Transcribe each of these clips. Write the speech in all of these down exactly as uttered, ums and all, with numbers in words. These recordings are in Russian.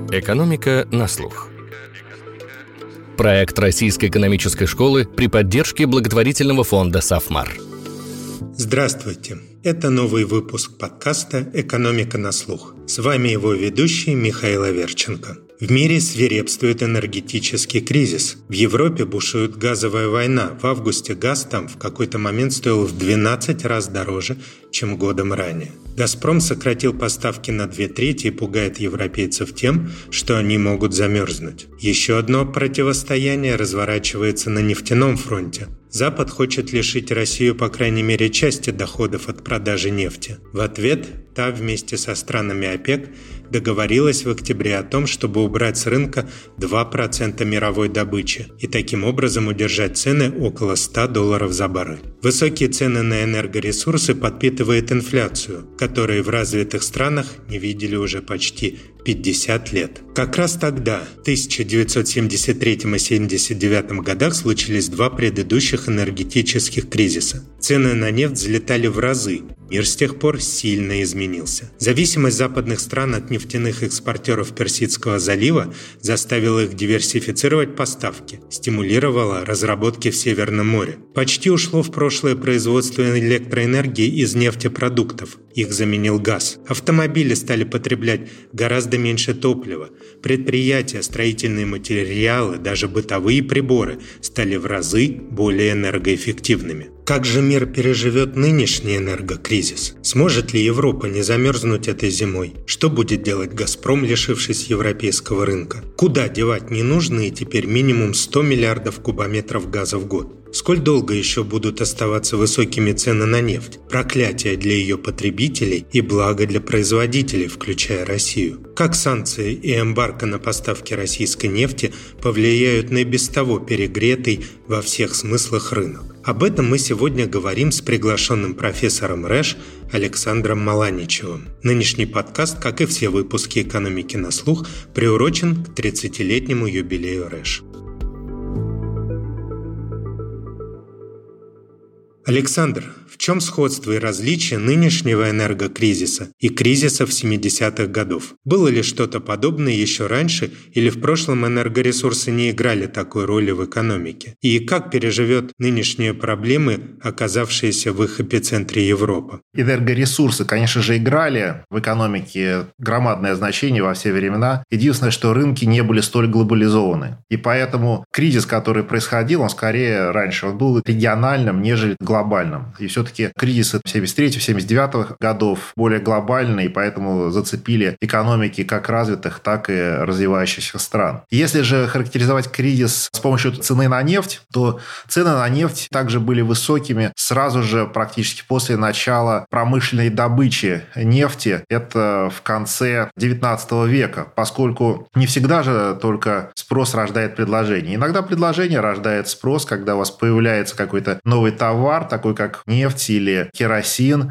Экономика на слух. Проект Российской экономической школы при поддержке благотворительного фонда «Сафмар». Здравствуйте! Это новый выпуск подкаста «Экономика на слух». С вами его ведущий Михаил Аверченко. В мире свирепствует энергетический кризис. В Европе бушует газовая война. В августе газ там в какой-то момент стоил в двенадцать раз дороже, чем годом ранее. «Газпром» сократил поставки на две трети и пугает европейцев тем, что они могут замерзнуть. Еще одно противостояние разворачивается на нефтяном фронте. Запад хочет лишить Россию, по крайней мере, части доходов от продажи нефти. В ответ та вместе со странами ОПЕК договорилась в октябре о том, чтобы убрать с рынка два процента мировой добычи и таким образом удержать цены около ста долларов за баррель. Высокие цены на энергоресурсы подпитывают инфляцию, которую в развитых странах не видели уже почти пятьдесят лет. Как раз тогда, в тысяча девятьсот семьдесят третьем и семьдесят девятом годах, случились два предыдущих энергетических кризиса. Цены на нефть взлетали в разы. Мир с тех пор сильно изменился. Зависимость западных стран от нефтяных экспортеров Персидского залива заставила их диверсифицировать поставки, стимулировала разработки в Северном море. Почти ушло в прошлое производство электроэнергии из нефтепродуктов. Их заменил газ. Автомобили стали потреблять гораздо меньше топлива. Предприятия, строительные материалы, даже бытовые приборы стали в разы более энергоэффективными. Как же мир переживет нынешний энергокризис? Сможет ли Европа не замерзнуть этой зимой? Что будет делать «Газпром», лишившись европейского рынка? Куда девать ненужные теперь минимум сто миллиардов кубометров газа в год? Сколь долго еще будут оставаться высокими цены на нефть? Проклятие для ее потребителей и благо для производителей, включая Россию. Как санкции и эмбарго на поставки российской нефти повлияют на и без того перегретый во всех смыслах рынок? Об этом мы сегодня говорим с приглашенным профессором РЭШ Александром Маланичевым. Нынешний подкаст, как и все выпуски «Экономики на слух», приурочен к тридцатилетнему юбилею РЭШ. Александр, в чем сходство и различие нынешнего энергокризиса и кризисов семидесятых годов? Было ли что-то подобное еще раньше или в прошлом энергоресурсы не играли такой роли в экономике? И как переживет нынешние проблемы, оказавшиеся в их эпицентре Европа? Энергоресурсы, конечно же, играли в экономике громадное значение во все времена. Единственное, что рынки не были столь глобализованы. И поэтому кризис, который происходил, он скорее раньше он был региональным, нежели глобальным. глобальным. И все-таки кризисы семьдесят третьего — семьдесят девятого годов более глобальные, и поэтому зацепили экономики как развитых, так и развивающихся стран. Если же характеризовать кризис с помощью цены на нефть, то цены на нефть также были высокими сразу же практически после начала промышленной добычи нефти. Это в конце девятнадцатого века, поскольку не всегда же только спрос рождает предложение. Иногда предложение рождает спрос, когда у вас появляется какой-то новый товар, такой как нефть или керосин,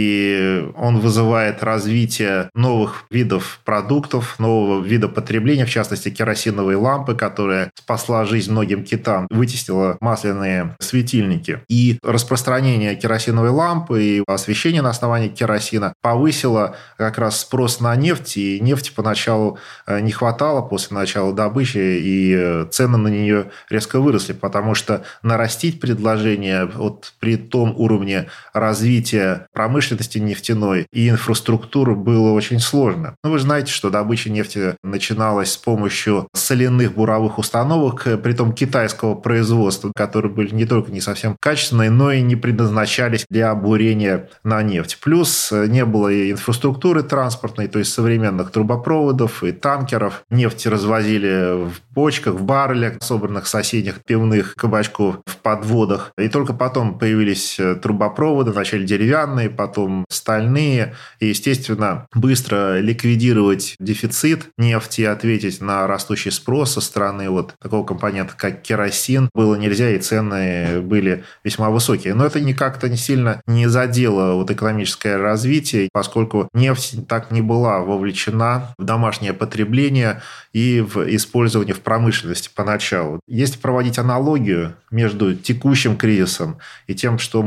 и он вызывает развитие новых видов продуктов, нового вида потребления, в частности, керосиновые лампы, которая спасла жизнь многим китам, вытеснила масляные светильники. И распространение керосиновой лампы и освещение на основании керосина повысило как раз спрос на нефть, и нефти поначалу не хватало после начала добычи, и цены на нее резко выросли, потому что нарастить предложение от при том уровне развития промышленности нефтяной и инфраструктуры было очень сложно. Но вы же знаете, что добыча нефти начиналась с помощью соляных буровых установок, притом китайского производства, которые были не только не совсем качественные, но и не предназначались для бурения на нефть. Плюс не было и инфраструктуры транспортной, то есть современных трубопроводов и танкеров. Нефть развозили в бочках, в баррелях, собранных соседних пивных кабачков в подводах. И только потом появились трубопроводы, вначале деревянные, потом стальные. И, естественно, быстро ликвидировать дефицит нефти и ответить на растущий спрос со стороны вот такого компонента, как керосин, было нельзя, и цены были весьма высокие. Но это никак-то не сильно не задело вот экономическое развитие, поскольку нефть так не была вовлечена в домашнее потребление и в использование в промышленности поначалу. Если проводить аналогию между текущим кризисом и тем, что мы видели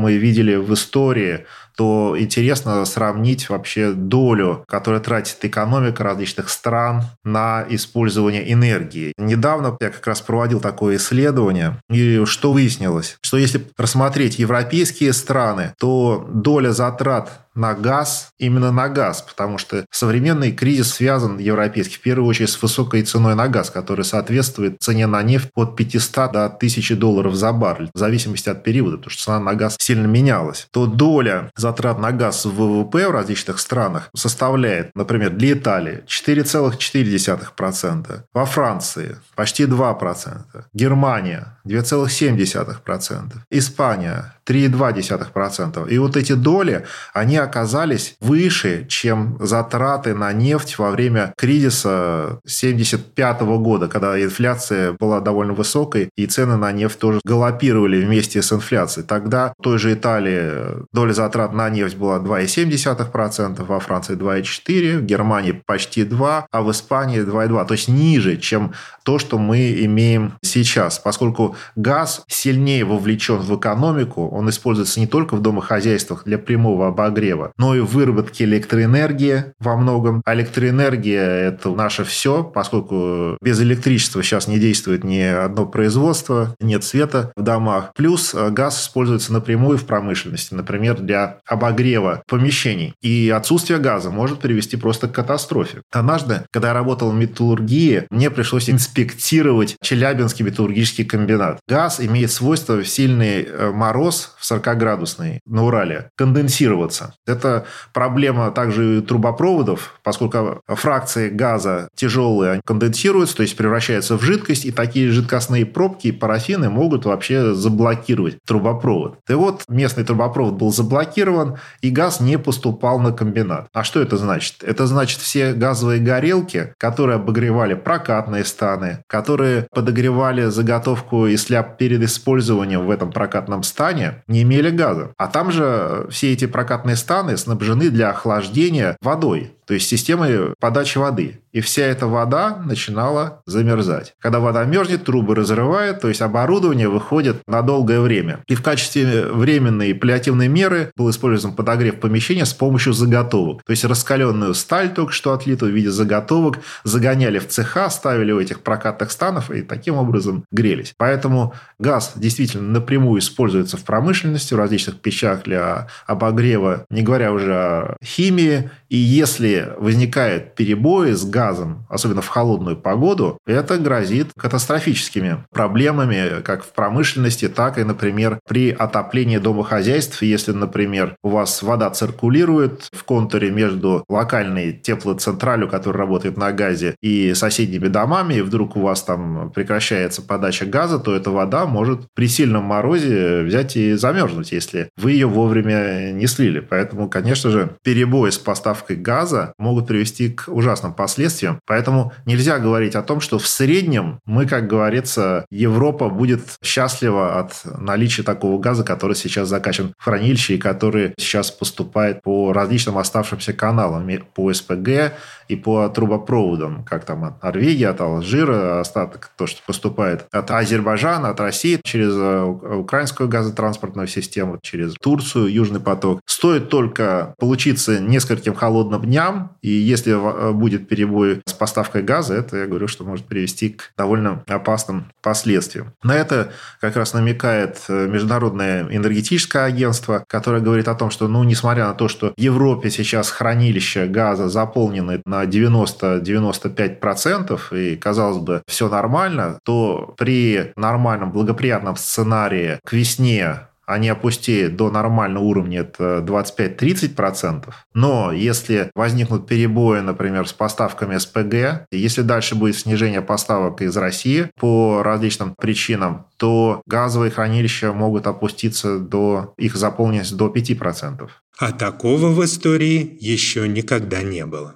видели в истории, то интересно сравнить вообще долю, которую тратит экономика различных стран на использование энергии. Недавно я как раз проводил такое исследование, и что выяснилось? Что если рассмотреть европейские страны, то доля затрат на газ, именно на газ, потому что современный кризис связан европейский в первую очередь с высокой ценой на газ, которая соответствует цене на нефть от пятисот до тысячи долларов за баррель, в зависимости от периода, потому что цена на газ сильно менялась. То доля затрат на газ в ВВП в различных странах составляет, например, для Италии четыре целых четыре десятых процента, во Франции почти два процента, Германия два целых семь десятых процента, Испания три целых два десятых процента. И вот эти доли, они оказались выше, чем затраты на нефть во время кризиса семьдесят пятого года, когда инфляция была довольно высокой, и цены на нефть тоже галопировали вместе с инфляцией. Тогда в той же Италии доля затрат на нефть была два целых семь десятых процента, во Франции два целых четыре десятых процента, в Германии почти два процента, а в Испании два целых два десятых процента. То есть ниже, чем то, что мы имеем сейчас. Поскольку газ сильнее вовлечен в экономику, он используется не только в домохозяйствах для прямого обогрева, но и в выработке электроэнергии во многом. А электроэнергия – это наше все, поскольку без электричества сейчас не действует ни одно производство, нет света в домах. Плюс газ используется напрямую в промышленности, например, для обогрева помещений. И отсутствие газа может привести просто к катастрофе. Однажды, когда я работал в металлургии, мне пришлось инспектировать Челябинский металлургический комбинат. Газ имеет свойство в сильный мороз, в сорокаградусный на Урале, конденсироваться. Это проблема также и трубопроводов, поскольку фракции газа тяжелые, они конденсируются, то есть превращаются в жидкость, и такие жидкостные пробки и парафины могут вообще заблокировать трубопровод. И вот местный трубопровод был заблокирован, и газ не поступал на комбинат. А что это значит? Это значит, все газовые горелки, которые обогревали прокатные станы, которые подогревали заготовку и сляп перед использованием в этом прокатном стане, не имели газа. А там же все эти прокатные станы снабжены для охлаждения водой, то есть системой подачи воды. И вся эта вода начинала замерзать. Когда вода мерзнет, трубы разрывает, то есть оборудование выходит на долгое время. И в качестве временной паллиативной меры был использован подогрев помещения с помощью заготовок. То есть раскаленную сталь, только что отлитую в виде заготовок, загоняли в цеха, ставили у этих прокатных станов и таким образом грелись. Поэтому газ действительно напрямую используется в промышленности, в различных печах для обогрева, не говоря уже о химии. И если возникают перебои с газом, особенно в холодную погоду, это грозит катастрофическими проблемами как в промышленности, так и, например, при отоплении домохозяйств. Если, например, у вас вода циркулирует в контуре между локальной теплоцентралью, которая работает на газе, и соседними домами, и вдруг у вас там прекращается подача газа, то эта вода может при сильном морозе взять и замерзнуть, если вы ее вовремя не слили. Поэтому, конечно же, перебои с поставкой газа могут привести к ужасным последствиям. Поэтому нельзя говорить о том, что в среднем мы, как говорится, Европа будет счастлива от наличия такого газа, который сейчас закачан в хранилище и который сейчас поступает по различным оставшимся каналам, по СПГ и по трубопроводам, как там от Норвегии, от Алжира, остаток, то, что поступает от Азербайджана, от России, через украинскую газотранспортную систему, через Турцию, Южный поток. Стоит только получиться нескольким холодным дням, и если будет перебой с поставкой газа, это, я говорю, что может привести к довольно опасным последствиям. На это как раз намекает Международное энергетическое агентство, которое говорит о том, что, ну, несмотря на то, что в Европе сейчас хранилища газа заполнены на девяносто - девяносто пять процентов, и, казалось бы, все нормально, то при нормальном благоприятном сценарии к весне они опустеют до нормального уровня, это двадцать пять - тридцать процентов. Но если возникнут перебои, например, с поставками СПГ, и если дальше будет снижение поставок из России по различным причинам, то газовые хранилища могут опуститься до, их заполненность до пяти процентов. А такого в истории еще никогда не было.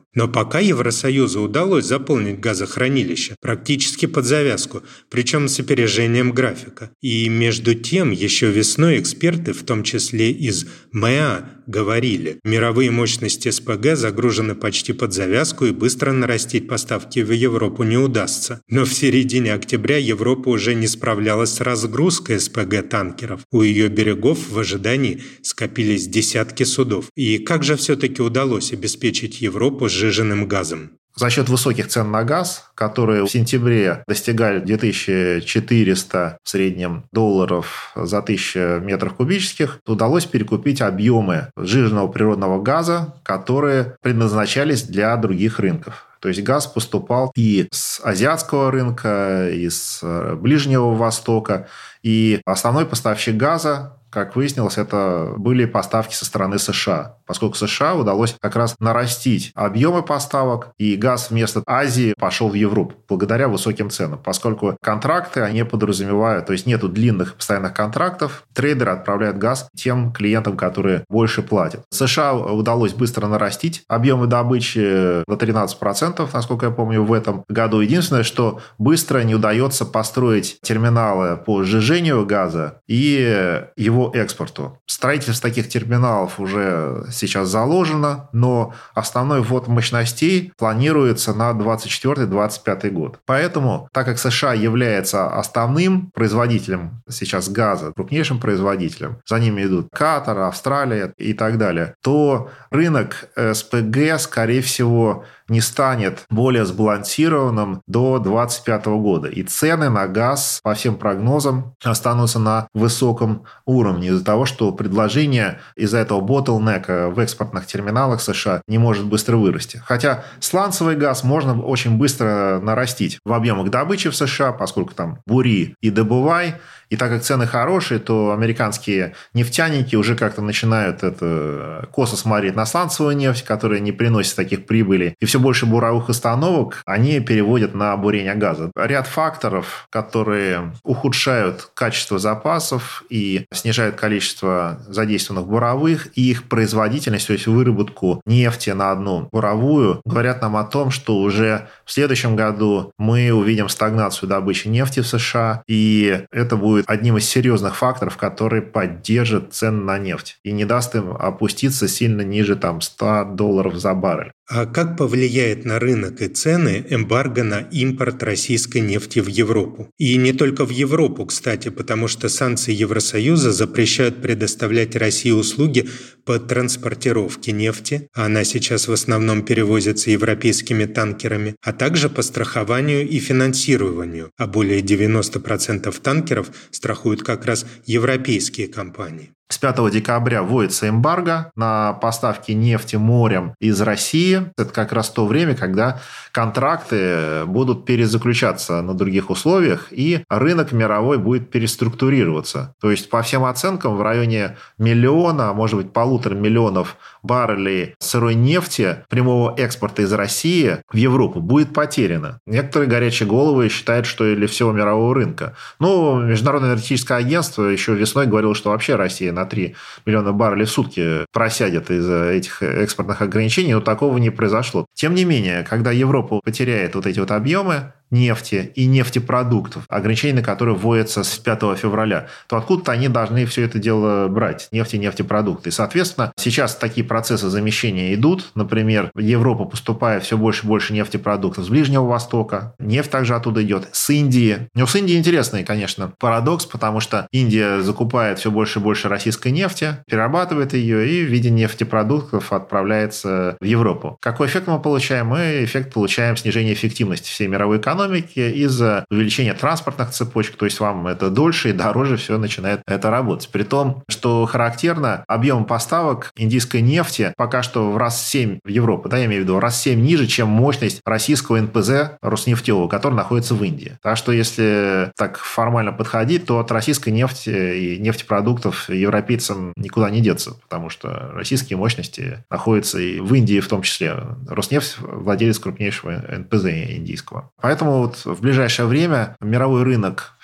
Но пока Евросоюзу удалось заполнить газохранилища практически под завязку, причем с опережением графика. И между тем, еще весной эксперты, в том числе из МЭА, говорили, мировые мощности СПГ загружены почти под завязку и быстро нарастить поставки в Европу не удастся. Но в середине октября Европа уже не справлялась с разгрузкой СПГ-танкеров. У ее берегов в ожидании скопились десятки судов. И как же все-таки удалось обеспечить Европу сжиженным газом? За счет высоких цен на газ, которые в сентябре достигали две тысячи четыреста в среднем долларов за тысячу метров кубических, удалось перекупить объемы сжиженного природного газа, которые предназначались для других рынков. То есть газ поступал и с азиатского рынка, и с Ближнего Востока. И основной поставщик газа, как выяснилось, это были поставки со стороны США, поскольку США удалось как раз нарастить объемы поставок, и газ вместо Азии пошел в Европу благодаря высоким ценам, поскольку контракты они подразумевают, то есть нету длинных постоянных контрактов, трейдеры отправляют газ тем клиентам, которые больше платят. США удалось быстро нарастить объемы добычи на тринадцать процентов, насколько я помню, в этом году. Единственное, что быстро не удается построить терминалы по сжижению газа и его экспорту. Строительство таких терминалов уже сейчас заложено, но основной ввод мощностей планируется на двадцать четвёртый - двадцать пятый год. Поэтому, так как США является основным производителем сейчас газа, крупнейшим производителем, за ними идут Катар, Австралия и так далее, то рынок СПГ, скорее всего, не станет более сбалансированным до двадцать пятого года. И цены на газ, по всем прогнозам, останутся на высоком уровне из-за того, что предложение из-за этого ботлнека в экспортных терминалах США не может быстро вырасти. Хотя сланцевый газ можно очень быстро нарастить в объемах добычи в США, поскольку там бури и добывай. И так как цены хорошие, то американские нефтяники уже как-то начинают это косо смотреть на сланцевую нефть, которая не приносит таких прибылей. И все больше буровых установок они переводят на бурение газа. Ряд факторов, которые ухудшают качество запасов и снижают количество задействованных буровых и их производительность, то есть выработку нефти на одну буровую, говорят нам о том, что уже в следующем году мы увидим стагнацию добычи нефти в США, и это будет одним из серьезных факторов, который поддержит цены на нефть и не даст им опуститься сильно ниже там, сто долларов за баррель. А как повлияет на рынок и цены эмбарго на импорт российской нефти в Европу? И не только в Европу, кстати, потому что санкции Евросоюза запрещают предоставлять России услуги по транспортировке нефти, а она сейчас в основном перевозится европейскими танкерами, а также по страхованию и финансированию, а более девяносто процентов танкеров страхуют как раз европейские компании. С пятого декабря вводится эмбарго на поставки нефти морем из России. Это как раз то время, когда контракты будут перезаключаться на других условиях, и рынок мировой будет переструктурироваться. То есть, по всем оценкам, в районе миллиона, а может быть, полутора миллионов баррелей сырой нефти прямого экспорта из России в Европу будет потеряно. Некоторые горячие головы считают, что и для всего мирового рынка. Ну, Международное энергетическое агентство еще весной говорило, что вообще Россия на три миллиона баррелей в сутки просядет из-за этих экспортных ограничений, но такого не произошло. Тем не менее, когда Европа потеряет вот эти вот объемы нефти и нефтепродуктов, ограничения на которые вводятся с пятого февраля, то откуда-то они должны все это дело брать, нефть и нефтепродукты. И, соответственно, сейчас такие процессы замещения идут. Например, в Европу поступает все больше и больше нефтепродуктов с Ближнего Востока. Нефть также оттуда идет. С Индии. Но с Индией интересный, конечно, парадокс, потому что Индия закупает все больше и больше российской нефти, перерабатывает ее и в виде нефтепродуктов отправляется в Европу. Какой эффект мы получаем? Мы эффект получаем снижение эффективности всей мировой экономики из-за увеличения транспортных цепочек, то есть вам это дольше и дороже все начинает это работать. При том, что характерно, объем поставок индийской нефти пока что в раз семь в Европу, да, я имею в виду, в раз семь ниже, чем мощность российского эн пэ зэ Роснефтевого, который находится в Индии. Так что если так формально подходить, то от российской нефти и нефтепродуктов европейцам никуда не деться, потому что российские мощности находятся и в Индии в том числе. Роснефть владелец крупнейшего эн пэ зэ индийского. Поэтому вот в ближайшее время мировой рынок, в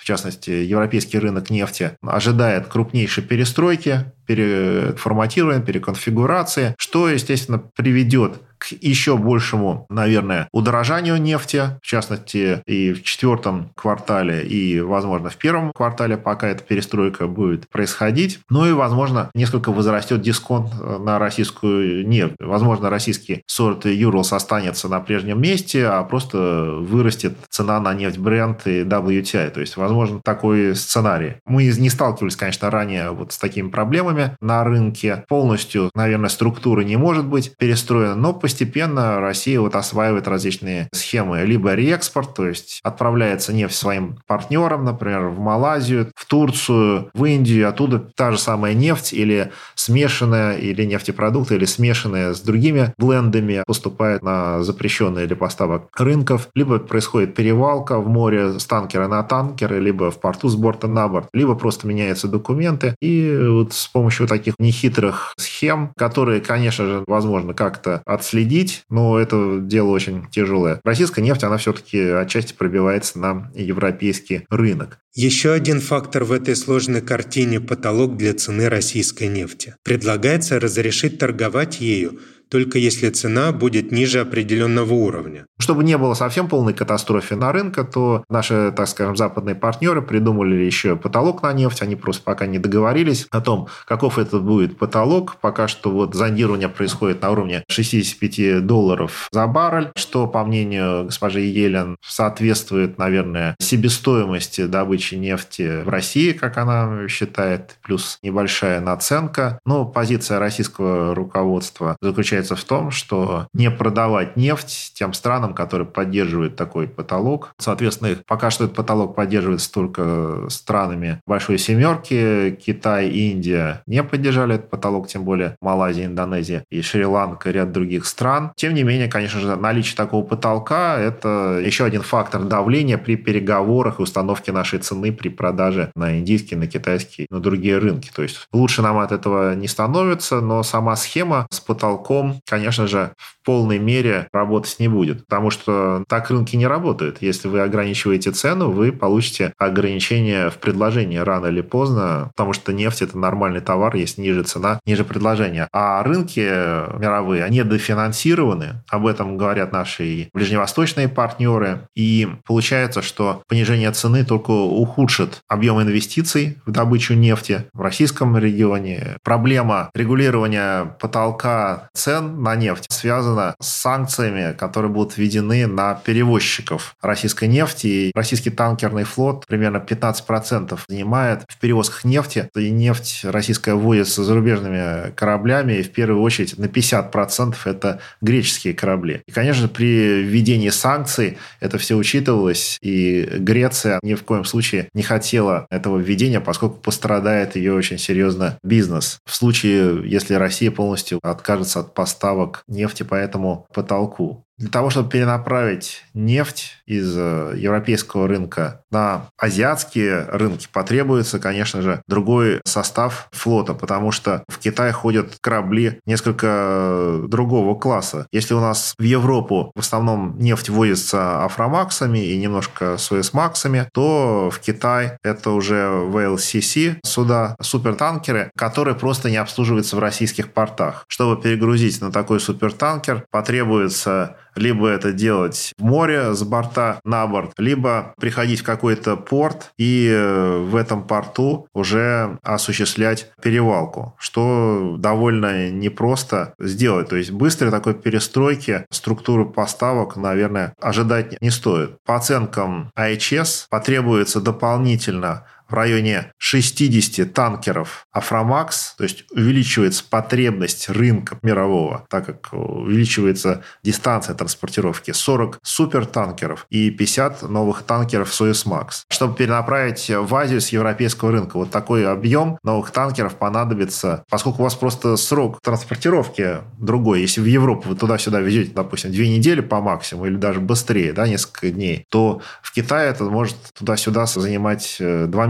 частности, европейский рынок нефти, ожидает крупнейшей перестройки, переформатирования, переконфигурации, что, естественно, приведет к еще большему, наверное, удорожанию нефти, в частности, и в четвертом квартале, и, возможно, в первом квартале, пока эта перестройка будет происходить. Ну и, возможно, несколько возрастет дисконт на российскую нефть. Возможно, российский сорт Urals останется на прежнем месте, а просто вырастет цена на нефть Brent и дабл ю ти ай. То есть, возможно, такой сценарий. Мы не сталкивались, конечно, ранее вот с такими проблемами на рынке. Полностью, наверное, структура не может быть перестроена, но постепенно Россия вот осваивает различные схемы. Либо реэкспорт, то есть отправляется нефть своим партнерам, например, в Малайзию, в Турцию, в Индию, оттуда та же самая нефть или смешанная, или нефтепродукты, или смешанная с другими блендами поступает на запрещенные для поставок рынков. Либо происходит перевалка в море с танкера на танкеры, либо в порту с борта на борт, либо просто меняются документы. И вот с помощью таких нехитрых схем, которые, конечно же, возможно как-то отследить, следить, но это дело очень тяжелое. Российская нефть, она все-таки отчасти пробивается на европейский рынок. Еще один фактор в этой сложной картине – потолок для цены российской нефти. Предлагается разрешить торговать ею, только если цена будет ниже определенного уровня. Чтобы не было совсем полной катастрофы на рынке, то наши, так скажем, западные партнеры придумали еще потолок на нефть. Они просто пока не договорились о том, каков это будет потолок. Пока что вот зондирование происходит на уровне шестьдесят пять долларов за баррель, что, по мнению госпожи Елен, соответствует, наверное, себестоимости добычи нефти в России, как она считает, плюс небольшая наценка. Но позиция российского руководства заключается в том, что не продавать нефть тем странам, которые поддерживают такой потолок. Соответственно, пока что этот потолок поддерживается только странами Большой Семерки. Китай, Индия не поддержали этот потолок, тем более Малайзия, Индонезия и Шри-Ланка, и ряд других стран. Тем не менее, конечно же, наличие такого потолка – это еще один фактор давления при переговорах и установке нашей цены при продаже на индийские, на китайские, на другие рынки. То есть лучше нам от этого не становится, но сама схема с потолком, конечно же, в полной мере работать не будет, потому что так рынки не работают. Если вы ограничиваете цену, вы получите ограничение в предложении рано или поздно, потому что нефть – это нормальный товар, есть ниже цена, ниже предложения. А рынки мировые, они дофинансированы, об этом говорят наши ближневосточные партнеры, и получается, что понижение цены только ухудшит объем инвестиций в добычу нефти в российском регионе. Проблема регулирования потолка цен на нефть связана с санкциями, которые будут введены на перевозчиков российской нефти. И российский танкерный флот примерно пятнадцать процентов занимает в перевозках нефти. И нефть российская вводится зарубежными кораблями, и в первую очередь на пятьдесят процентов это греческие корабли. И, конечно, при введении санкций это все учитывалось, и Греция ни в коем случае не хотела этого введения, поскольку пострадает ее очень серьезно бизнес. В случае, если Россия полностью откажется от поставок нефти по этому потолку. Для того, чтобы перенаправить нефть из европейского рынка на азиатские рынки, потребуется, конечно же, другой состав флота, потому что в Китай ходят корабли несколько другого класса. Если у нас в Европу в основном нефть возится афромаксами и немножко суэцмаксами, то в Китай это уже ви эл си си суда, супертанкеры, которые просто не обслуживаются в российских портах. Чтобы перегрузить на такой супертанкер, потребуется либо это делать в море с борта на борт, либо приходить в какой-то порт и в этом порту уже осуществлять перевалку, что довольно непросто сделать. То есть быстрой такой перестройки структуры поставок, наверное, ожидать не стоит. По оценкам ай эйч эс потребуется дополнительно в районе шестьдесят танкеров Aframax, то есть увеличивается потребность рынка мирового, так как увеличивается дистанция транспортировки, сорок супертанкеров и пятьдесят новых танкеров Suezmax. Чтобы перенаправить в Азию с европейского рынка вот такой объем новых танкеров понадобится, поскольку у вас просто срок транспортировки другой. Если в Европу вы туда-сюда везете, допустим, две недели по максимуму или даже быстрее, да, несколько дней, то в Китае это может туда-сюда занимать два месяца.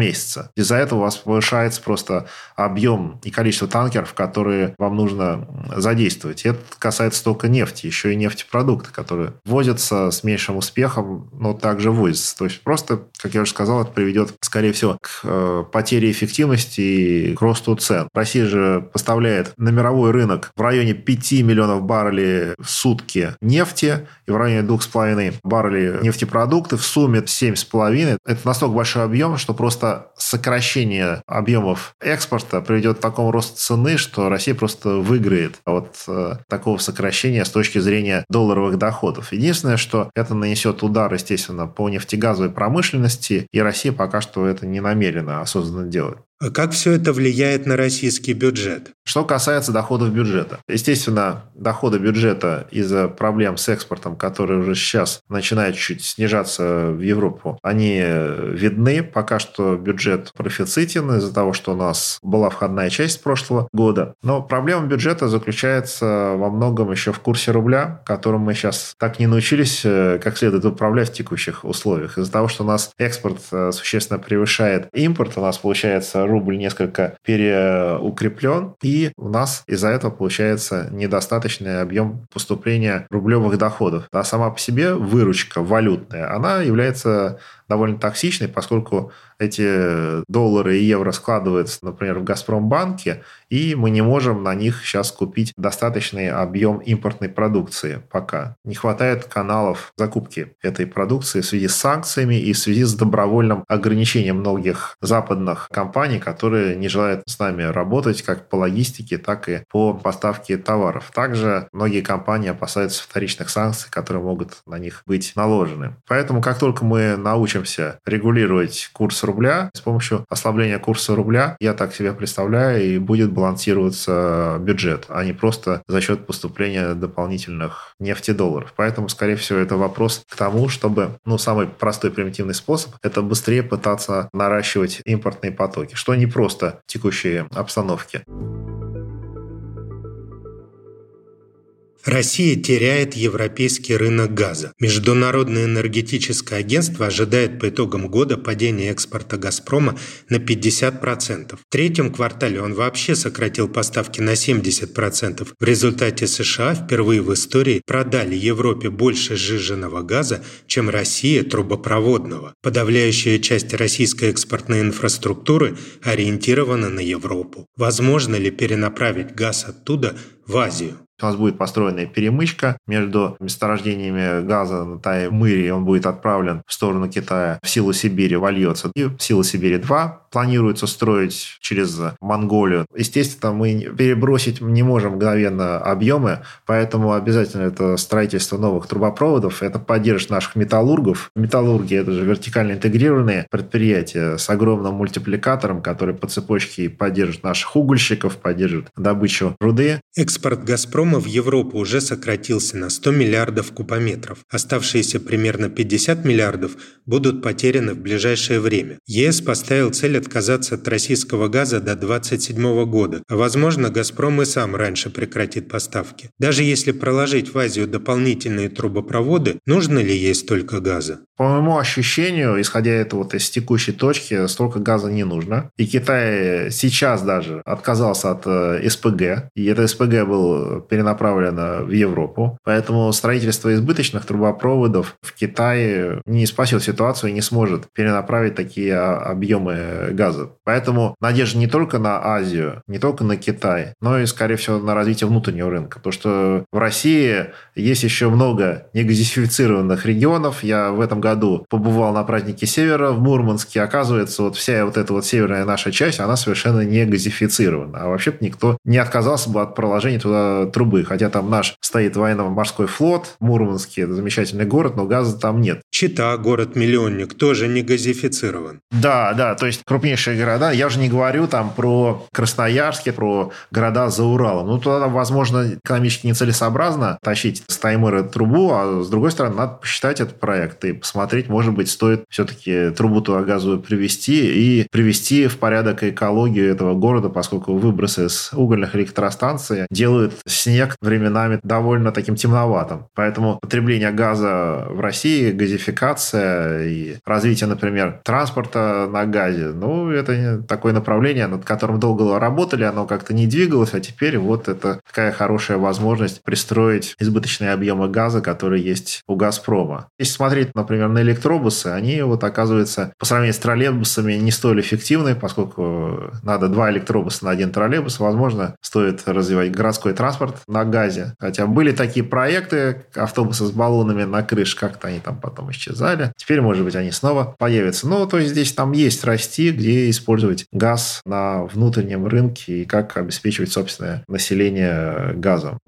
месяца. Из-за этого у вас повышается просто объем и количество танкеров, которые вам нужно задействовать. И это касается только нефти, еще и нефтепродукты, которые возятся с меньшим успехом, но также возятся. То есть просто, как я уже сказал, это приведет, скорее всего, к э, потере эффективности и к росту цен. Россия же поставляет на мировой рынок в районе пяти миллионов баррелей в сутки нефти и в районе двух с половиной баррелей нефтепродуктов. В сумме семь с половиной. Это настолько большой объем, что просто сокращение объемов экспорта приведет к такому росту цены, что Россия просто выиграет от э, такого сокращения с точки зрения долларовых доходов. Единственное, что это нанесет удар, естественно, по нефтегазовой промышленности, и Россия пока что это не намерена осознанно делать. А как все это влияет на российский бюджет? Что касается доходов бюджета. Естественно, доходы бюджета из-за проблем с экспортом, которые уже сейчас начинают чуть снижаться в Европу, они видны. Пока что бюджет профицитен из-за того, что у нас была входная часть прошлого года. Но проблема бюджета заключается во многом еще в курсе рубля, которым мы сейчас так не научились как следует управлять в текущих условиях. Из-за того, что у нас экспорт существенно превышает импорт, у нас получается рубль несколько переукреплен, и у нас из-за этого получается недостаточный объем поступления рублевых доходов. А сама по себе выручка валютная, она является довольно токсичной, поскольку эти доллары и евро складываются, например, в Газпромбанке, и мы не можем на них сейчас купить достаточный объем импортной продукции пока. Не хватает каналов закупки этой продукции в связи с санкциями и в связи с добровольным ограничением многих западных компаний, которые не желают с нами работать как по логистике, так и по поставке товаров. Также многие компании опасаются вторичных санкций, которые могут на них быть наложены. Поэтому, как только мы научимся регулировать курс рубля, с помощью ослабления курса рубля, я так себе представляю, и будет балансироваться бюджет, а не просто за счет поступления дополнительных нефтедолларов. Поэтому, скорее всего, это вопрос к тому, чтобы, ну, самый простой примитивный способ – это быстрее пытаться наращивать импортные потоки, что не просто в текущей обстановке. Россия теряет европейский рынок газа. Международное энергетическое агентство ожидает по итогам года падения экспорта «Газпрома» на пятьдесят процентов. В третьем квартале он вообще сократил поставки на семьдесят процентов. В результате США впервые в истории продали Европе больше сжиженного газа, чем Россия трубопроводного. Подавляющая часть российской экспортной инфраструктуры ориентирована на Европу. Возможно ли перенаправить газ оттуда в Азию? У нас будет построена перемычка между месторождениями газа на Таймыре, он будет отправлен в сторону Китая, в Силу Сибири вольется. И в Силу Сибири два планируется строить через Монголию. Естественно, мы перебросить не можем мгновенно объемы, поэтому обязательно это строительство новых трубопроводов, это поддержит наших металлургов. Металлурги – это же вертикально интегрированные предприятия с огромным мультипликатором, который по цепочке поддержит наших угольщиков, поддержит добычу руды. Экспорт «Газпрома» в Европу уже сократился на сто миллиардов кубометров. Оставшиеся примерно пятьдесят миллиардов будут потеряны в ближайшее время. ЕС поставил цель отказаться от российского газа до двадцать седьмого года, а возможно, «Газпром» и сам раньше прекратит поставки. Даже если проложить в Азию дополнительные трубопроводы, нужно ли ей столько газа? По моему ощущению, исходя это вот из текущей точки, столько газа не нужно. И Китай сейчас даже отказался от СПГ, и это СПГ был перенаправлено в Европу. Поэтому строительство избыточных трубопроводов в Китае не спасет ситуацию и не сможет перенаправить такие объемы газа. Поэтому надежда не только на Азию, не только на Китай, но и, скорее всего, на развитие внутреннего рынка. Потому что в России есть еще много негазифицированных регионов. Я в этом году побывал на празднике Севера в Мурманске. Оказывается, вот вся вот эта вот северная наша часть, она совершенно не газифицирована. А вообще-то никто не отказался бы от проложения туда трубы. Хотя там наш стоит военно-морской флот, Мурманске, это замечательный город, но газа там нет. Чита, город-миллионник, тоже не газифицирован. Да, да, то есть крупнейшие города. Я уже не говорю там про Красноярск, про города за Уралом. Ну, туда, возможно, экономически нецелесообразно тащить с Таймыра трубу, а с другой стороны, надо посчитать этот проект и посмотреть, может быть, стоит все-таки трубу туда газовую привести и привести в порядок экологию этого города, поскольку выбросы с угольных электростанций делают делают снег временами довольно таким темноватым. Поэтому потребление газа в России, газификация и развитие, например, транспорта на газе, ну, это такое направление, над которым долго работали, оно как-то не двигалось, а теперь вот это такая хорошая возможность пристроить избыточные объемы газа, которые есть у «Газпрома». Если смотреть, например, на электробусы, они вот, оказывается, по сравнению с троллейбусами не столь эффективны, поскольку надо два электробуса на один троллейбус. Возможно, стоит развивать городской транспорт на газе. Хотя были такие проекты, автобусы с баллонами на крыше, как-то они там потом исчезали. Теперь, может быть, они снова появятся. Ну, то есть здесь там есть расти, где использовать газ на внутреннем рынке и как обеспечивать собственное население газом.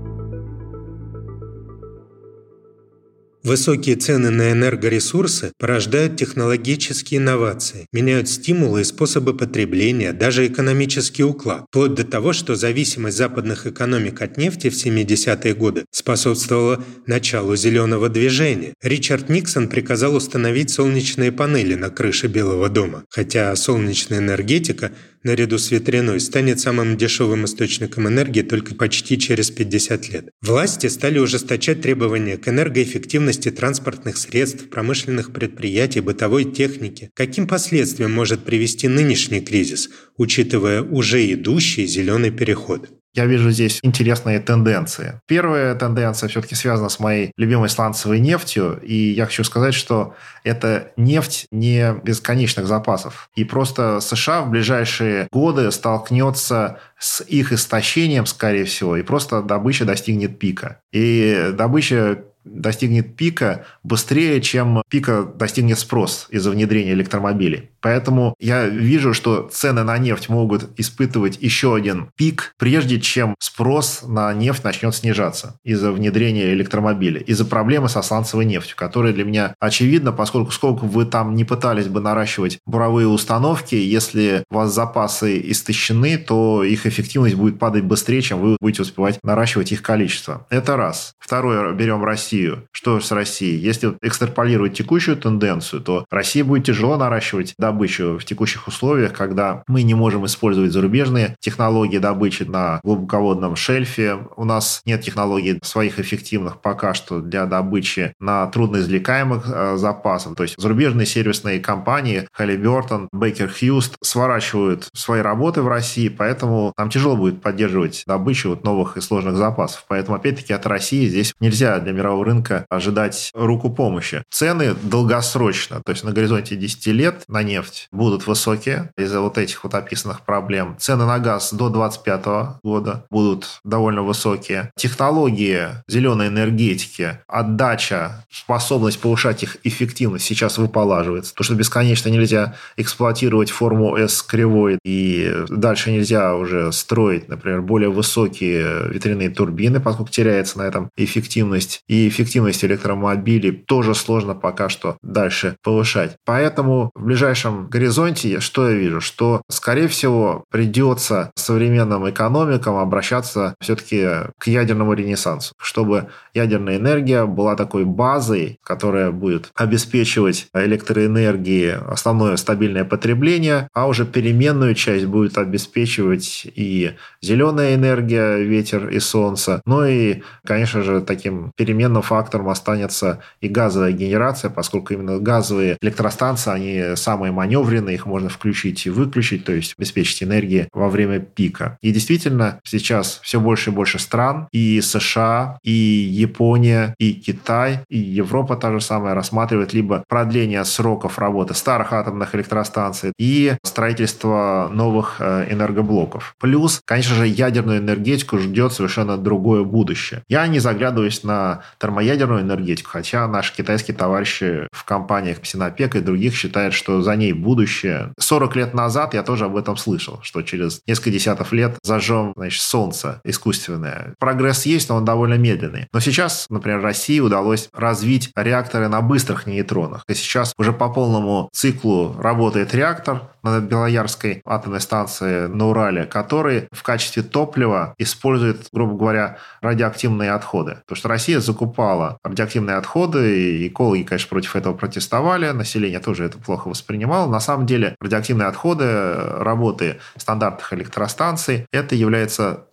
Высокие цены на энергоресурсы порождают технологические инновации, меняют стимулы и способы потребления, даже экономический уклад, вплоть до того, что зависимость западных экономик от нефти в семидесятые годы способствовала началу зеленого движения. Ричард Никсон приказал установить солнечные панели на крыше Белого дома, хотя солнечная энергетика наряду с ветряной станет самым дешевым источником энергии только почти через пятьдесят лет. Власти стали ужесточать требования к энергоэффективности транспортных средств, промышленных предприятий, бытовой техники. К каким последствиям может привести нынешний кризис, учитывая уже идущий зеленый переход? Я вижу здесь интересные тенденции. Первая тенденция все-таки связана с моей любимой сланцевой нефтью. И я хочу сказать, что это нефть не бесконечных запасов. И просто США в ближайшие годы столкнется с их истощением, скорее всего, и просто добыча достигнет пика. И добыча достигнет пика быстрее, чем пика достигнет спрос из-за внедрения электромобилей. Поэтому я вижу, что цены на нефть могут испытывать еще один пик, прежде чем спрос на нефть начнет снижаться из-за внедрения электромобилей, из-за проблемы со сланцевой нефтью, которая для меня очевидна, поскольку сколько вы там не пытались бы наращивать буровые установки, если у вас запасы истощены, то их эффективность будет падать быстрее, чем вы будете успевать наращивать их количество. Это раз. Второе, берем Россию. Что с Россией? Если экстраполировать текущую тенденцию, то России будет тяжело наращивать добычу в текущих условиях, когда мы не можем использовать зарубежные технологии добычи на глубоководном шельфе. У нас нет технологий своих эффективных пока что для добычи на трудноизвлекаемых э, запасов. То есть зарубежные сервисные компании Halliburton, Baker Hughes сворачивают свои работы в России, поэтому нам тяжело будет поддерживать добычу вот новых и сложных запасов. Поэтому, опять-таки, от России здесь нельзя для мирового рынка ожидать руку помощи. Цены долгосрочно, то есть на горизонте десяти лет на нефть будут высокие из-за вот этих вот описанных проблем. Цены на газ до двадцать пятого года будут довольно высокие. Технологии зеленой энергетики, отдача, способность повышать их эффективность сейчас выполаживается. Потому что бесконечно нельзя эксплуатировать форму S кривой, и дальше нельзя уже строить, например, более высокие ветряные турбины, поскольку теряется на этом эффективность. И эффективность электромобилей тоже сложно пока что дальше повышать. Поэтому в ближайшем горизонте что я вижу? Что, скорее всего, придется современным экономикам обращаться все-таки к ядерному ренессансу, чтобы ядерная энергия была такой базой, которая будет обеспечивать электроэнергией основное стабильное потребление, а уже переменную часть будет обеспечивать и зеленая энергия, ветер и солнце. Ну и, конечно же, таким переменным фактором останется и газовая генерация, поскольку именно газовые электростанции, они самые маневренные, их можно включить и выключить, то есть обеспечить энергией во время пика. И действительно, сейчас все больше и больше стран, и США, и Япония, и Китай, и Европа та же самая рассматривает либо продление сроков работы старых атомных электростанций и строительство новых энергоблоков. Плюс, конечно же, ядерную энергетику ждет совершенно другое будущее. Я не заглядываюсь на термоядерную энергетику, хотя наши китайские товарищи в компаниях Sinopec и других считают, что за ней будущее. сорок лет назад я тоже об этом слышал, что через несколько десятков лет зажжем, значит, солнце искусственное. Прогресс есть, но он довольно медленный. Но сейчас, например, России удалось развить реакторы на быстрых нейтронах. И сейчас уже по полному циклу работает реактор на Белоярской атомной станции на Урале, который в качестве топлива использует, грубо говоря, радиоактивные отходы. Потому что Россия закупала радиоактивные отходы, и экологи, конечно, против этого протестовали, население тоже это плохо воспринимало. На самом деле радиоактивные отходы работы стандартных электростанций, это является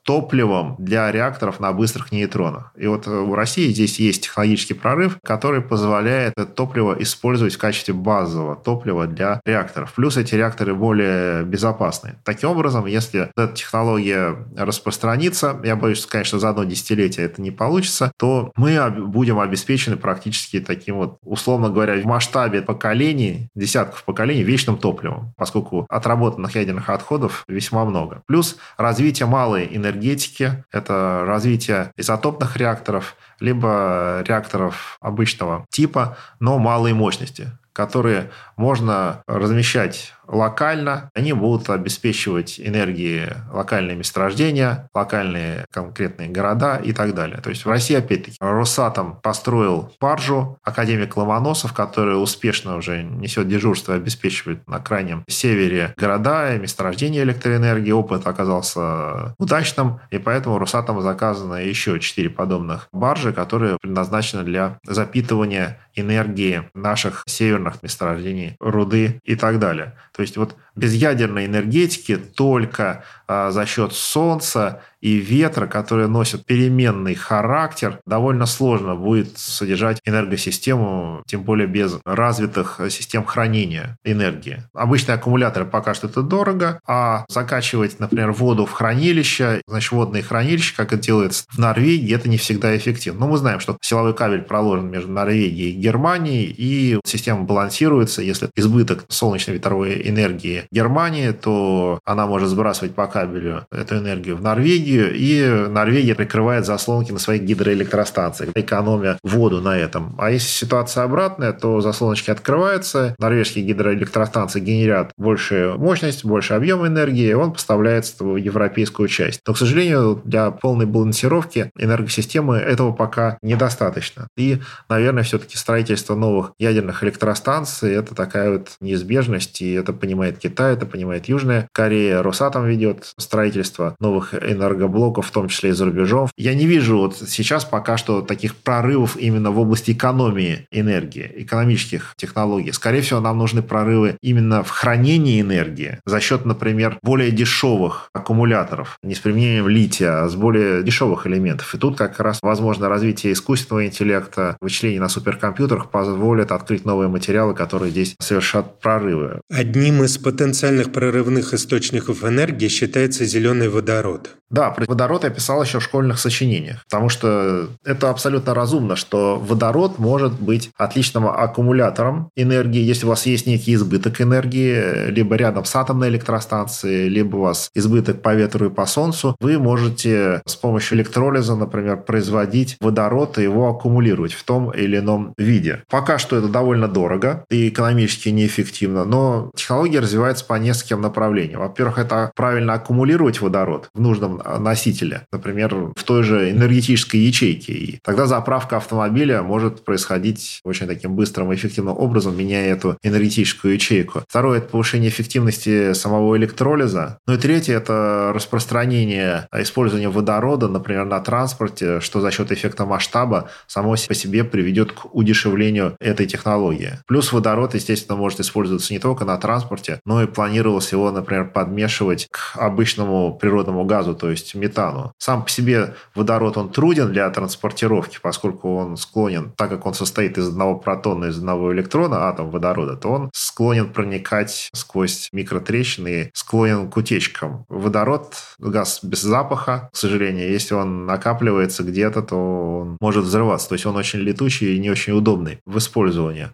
топливом для реакторов на быстрых нейтронах. И вот у России здесь есть технологический прорыв, который позволяет это топливо использовать в качестве базового топлива для реакторов. Плюс эти реакторы более безопасны. Таким образом, если эта технология распространится, я боюсь, конечно, за одно десятилетие это не получится, то мы будем обеспечены практически таким вот, условно говоря, в масштабе поколений, десятков поколений, вечным топливом, поскольку отработанных ядерных отходов весьма много. Плюс развитие малой энергетики, это развитие изотопных реакторов, либо реакторов обычного типа, но малой мощности, которые можно размещать локально. Они будут обеспечивать энергией локальные месторождения, локальные конкретные города и так далее. То есть в России, опять-таки, Росатом построил баржу, академик Ломоносов, который успешно уже несет дежурство и обеспечивает на крайнем севере города и месторождения электроэнергии. Опыт оказался удачным, и поэтому Росатом заказано еще четыре подобных баржи, которые предназначены для запитывания энергии наших северных месторождений руды и так далее. То есть вот без ядерной энергетики только а, за счет солнца и ветра, которые носят переменный характер, довольно сложно будет содержать энергосистему, тем более без развитых систем хранения энергии. Обычные аккумуляторы пока что это дорого, а закачивать, например, воду в хранилище, значит, водные хранилища, как это делается в Норвегии, это не всегда эффективно. Но мы знаем, что силовой кабель проложен между Норвегией и Германией, и система балансируется. Если избыток солнечной ветровой энергии Германии, то она может сбрасывать по кабелю эту энергию в Норвегию, и Норвегия прикрывает заслонки на своих гидроэлектростанциях, экономя воду на этом. А если ситуация обратная, то заслоночки открываются, норвежские гидроэлектростанции генерят большую мощность, больше объем энергии, и он поставляется в европейскую часть. Но, к сожалению, для полной балансировки энергосистемы этого пока недостаточно. И, наверное, все-таки строительство новых ядерных электростанций – это такая вот неизбежность, и это понимает Китай, это понимает Южная Корея. Росатом ведет строительство новых энергоблоков, в том числе и за рубежом. Я не вижу вот сейчас пока что таких прорывов именно в области экономии энергии, экономических технологий. Скорее всего, нам нужны прорывы именно в хранении энергии за счет, например, более дешевых аккумуляторов, не с применением лития, а с более дешевых элементов. И тут как раз, возможно, развитие искусственного интеллекта, вычислений на суперкомпьютерах позволит открыть новые материалы, которые здесь совершат прорывы. Одним из потенциальных прорывных источников энергии считается зеленый водород. Да, про водород я писал еще в школьных сочинениях, потому что это абсолютно разумно, что водород может быть отличным аккумулятором энергии, если у вас есть некий избыток энергии, либо рядом с атомной электростанцией, либо у вас избыток по ветру и по солнцу, вы можете с помощью электролиза, например, производить водород и его аккумулировать в том или ином виде. Пока что это довольно дорого и экономически неэффективно, но технология развивается по нескольким направлениям. Во-первых, это правильно аккумулировать водород в нужном носителя, например, в той же энергетической ячейке. И тогда заправка автомобиля может происходить очень таким быстрым и эффективным образом, меняя эту энергетическую ячейку. Второе – это повышение эффективности самого электролиза. Ну и третье – это распространение использования водорода, например, на транспорте, что за счет эффекта масштаба само по себе приведет к удешевлению этой технологии. Плюс водород, естественно, может использоваться не только на транспорте, но и планировалось его, например, подмешивать к обычному природному газу, то есть метану. Сам по себе водород, он труден для транспортировки, поскольку он склонен, так как он состоит из одного протона и из одного электрона, атом водорода, то он склонен проникать сквозь микротрещины и склонен к утечкам. Водород – газ без запаха, к сожалению. Если он накапливается где-то, то он может взрываться. То есть он очень летучий и не очень удобный в использовании.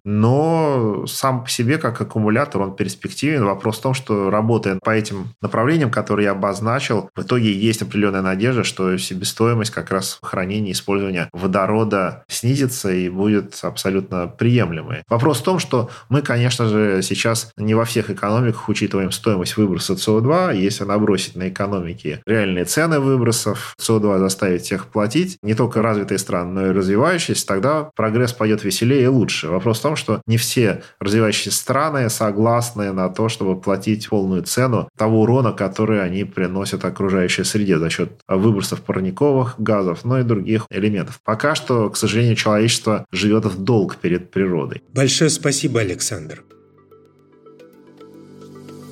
Но сам по себе, как аккумулятор, он перспективен. Вопрос в том, что работая по этим направлениям, которые я обозначил, в итоге есть определенная надежда, что себестоимость как раз хранения и использования водорода снизится и будет абсолютно приемлемой. Вопрос в том, что мы, конечно же, сейчас не во всех экономиках учитываем стоимость выброса си о два. Если набросить на экономики реальные цены выбросов си о два, заставить всех платить, не только развитые страны, но и развивающиеся, тогда прогресс пойдет веселее и лучше. Вопрос в том, что не все развивающиеся страны согласны на то, чтобы платить полную цену того урона, который они приносят окружающей среде за счет выбросов парниковых газов, но и других элементов. Пока что, к сожалению, человечество живет в долг перед природой. Большое спасибо, Александр.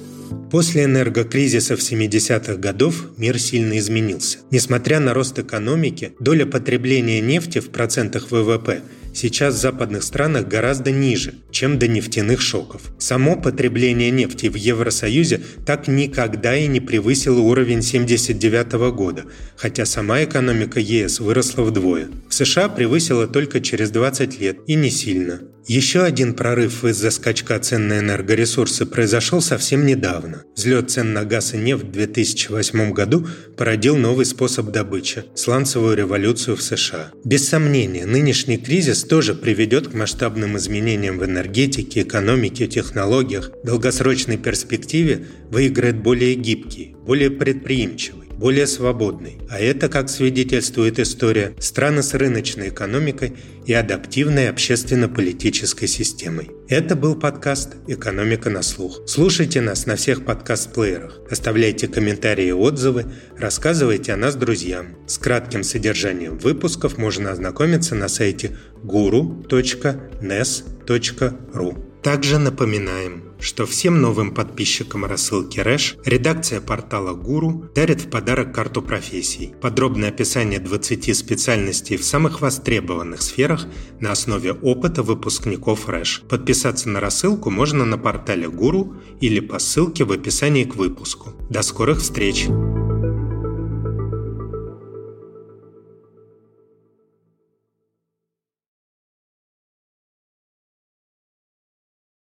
После энергокризиса в семидесятых годов мир сильно изменился. Несмотря на рост экономики, доля потребления нефти в процентах вэ вэ пэ сейчас в западных странах гораздо ниже, чем до нефтяных шоков. Само потребление нефти в Евросоюзе так никогда и не превысило уровень семьдесят девятого года, хотя сама экономика е эс выросла вдвое. В США превысила только через двадцать лет и не сильно. Еще один прорыв из-за скачка цен на энергоресурсы произошел совсем недавно. Взлет цен на газ и нефть в две тысячи восьмом году породил новый способ добычи – сланцевую революцию в США. Без сомнения, нынешний кризис тоже приведет к масштабным изменениям в энергетике, экономике, технологиях. В долгосрочной перспективе выиграет более гибкий, более предприимчивый, более свободный. А это, как свидетельствует история, страны с рыночной экономикой и адаптивной общественно-политической системой. Это был подкаст «Экономика на слух». Слушайте нас на всех подкаст-плеерах, оставляйте комментарии и отзывы, рассказывайте о нас друзьям. С кратким содержанием выпусков можно ознакомиться на сайте гуру точка нэс точка ру. Также напоминаем, что всем новым подписчикам рассылки Рэш редакция портала Гуру дарит в подарок карту профессий. Подробное описание двадцати специальностей в самых востребованных сферах на основе опыта выпускников Рэш. Подписаться на рассылку можно на портале Гуру или по ссылке в описании к выпуску. До скорых встреч!